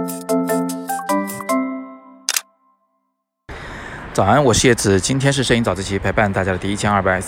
早安，我是叶子，今天是摄影早自习陪伴大家的第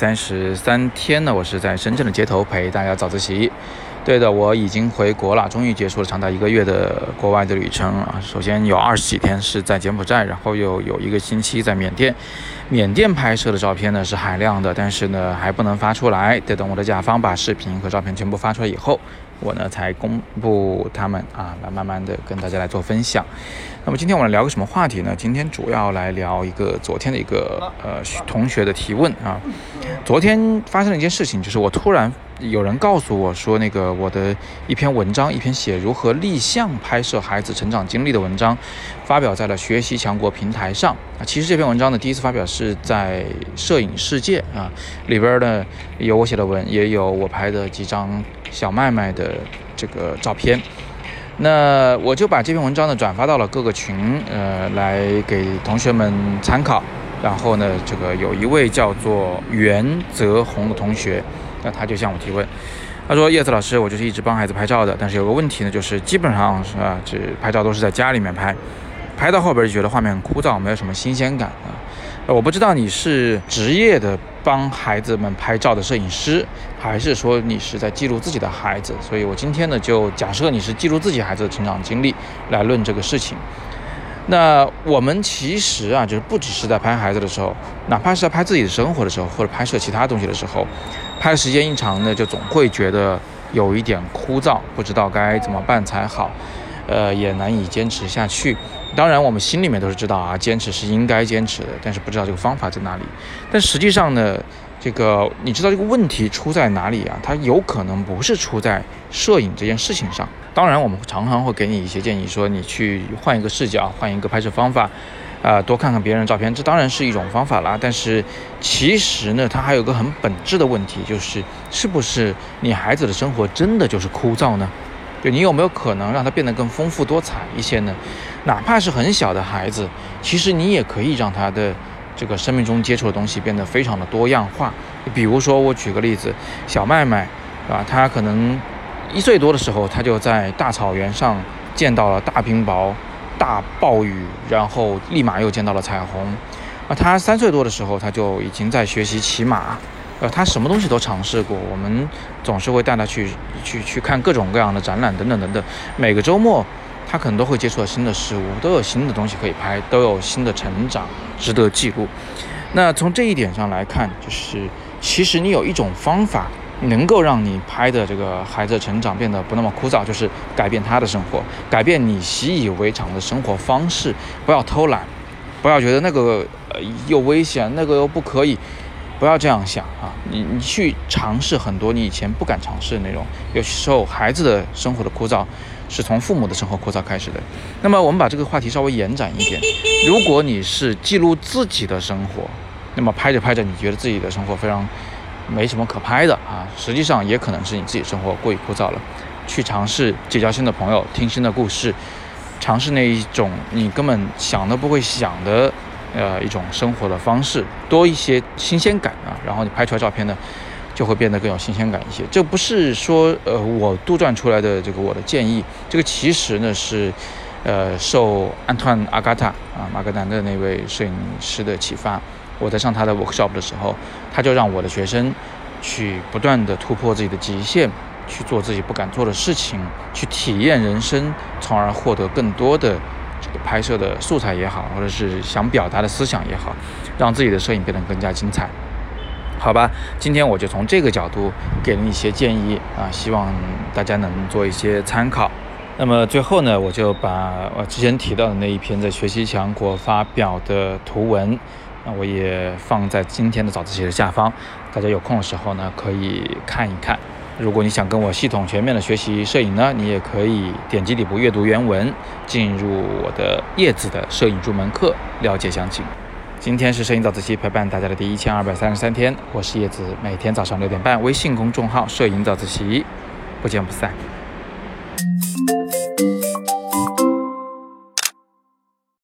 1233天呢，我是在深圳的街头陪大家早自习。对的，我已经回国了，终于结束了长达1个月的国外的旅程啊。首先有20几天是在柬埔寨，然后又有1个星期在缅甸。缅甸拍摄的照片呢是海量的，但是呢还不能发出来，得等我的甲方把视频和照片全部发出来以后，我呢才公布他们来慢慢的跟大家来做分享。那么今天我们聊个什么话题呢？今天主要来聊一个昨天的一个同学的提问啊。昨天发生了一件事情，就是我突然有人告诉我说，我的一篇文章，一篇写如何立项拍摄孩子成长经历的文章，发表在了学习强国平台上啊。其实这篇文章呢，第一次发表是在摄影世界啊，里边呢有我写的文，也有我拍的几张小麦麦的这个照片。那我就把这篇文章呢转发到了各个群，来给同学们参考。然后呢，有一位叫做袁泽宏的同学，那他就向我提问，他说：“叶子老师，我就是一直帮孩子拍照的，但是有个问题呢，就是基本上只拍照都是在家里面拍，拍到后边就觉得画面很枯燥，没有什么新鲜感啊。我不知道你是职业的帮孩子们拍照的摄影师，还是说你是在记录自己的孩子？所以我今天呢就假设你是记录自己孩子的成长经历来论这个事情。那我们其实就是不只是在拍孩子的时候，哪怕是在拍自己的生活的时候，或者拍摄其他东西的时候，拍的时间一长呢，就总会觉得有一点枯燥，不知道该怎么办才好，也难以坚持下去。当然我们心里面都是知道坚持是应该坚持的，但是不知道这个方法在哪里。但实际上呢，你知道这个问题出在哪里它有可能不是出在摄影这件事情上。当然我们常常会给你一些建议，说你去换一个视角，换一个拍摄方法，多看看别人的照片，这当然是一种方法啦。但是其实呢，它还有个很本质的问题，就是是不是你孩子的生活真的就是枯燥呢？对，你有没有可能让他变得更丰富多彩一些呢？哪怕是很小的孩子，其实你也可以让他的这个生命中接触的东西变得非常的多样化。比如说我举个例子，小麦麦他可能1岁多的时候，他就在大草原上见到了大冰雹、大暴雨，然后立马又见到了彩虹。他3岁多的时候，他就已经在学习骑马。他什么东西都尝试过，我们总是会带他去看各种各样的展览等等等等。每个周末他可能都会接触到新的事物，都有新的东西可以拍，都有新的成长值得记录。那从这一点上来看，就是其实你有一种方法能够让你拍的这个孩子的成长变得不那么枯燥，就是改变他的生活，改变你习以为常的生活方式。不要偷懒，不要觉得那个又危险，那个又不可以，不要这样想你去尝试很多你以前不敢尝试的内容。有时候孩子的生活的枯燥是从父母的生活枯燥开始的。那么我们把这个话题稍微延展一点，如果你是记录自己的生活，那么拍着拍着你觉得自己的生活非常没什么可拍的实际上也可能是你自己生活过于枯燥了。去尝试结交新的朋友，听新的故事，尝试那一种你根本想都不会想的一种生活的方式，多一些新鲜感然后你拍出来照片呢就会变得更有新鲜感一些。这不是说我杜撰出来的我的建议，这个其实呢是受安团阿嘎塔马格南的那位摄影师的启发。我在上他的 workshop 的时候，他就让我的学生去不断的突破自己的极限，去做自己不敢做的事情，去体验人生，从而获得更多的拍摄的素材也好，或者是想表达的思想也好，让自己的摄影变得更加精彩。好吧，今天我就从这个角度给了你一些建议希望大家能做一些参考。那么最后呢，我就把我之前提到的那一篇在学习强国发表的图文，那我也放在今天的早自习的下方，大家有空的时候呢可以看一看。如果你想跟我系统全面的学习摄影呢，你也可以点击底部阅读原文，进入我的叶子的摄影入门课，了解详情。今天是摄影早自习陪伴大家的第1233天，我是叶子，每天早上6点半，微信公众号摄影早自习，不见不散。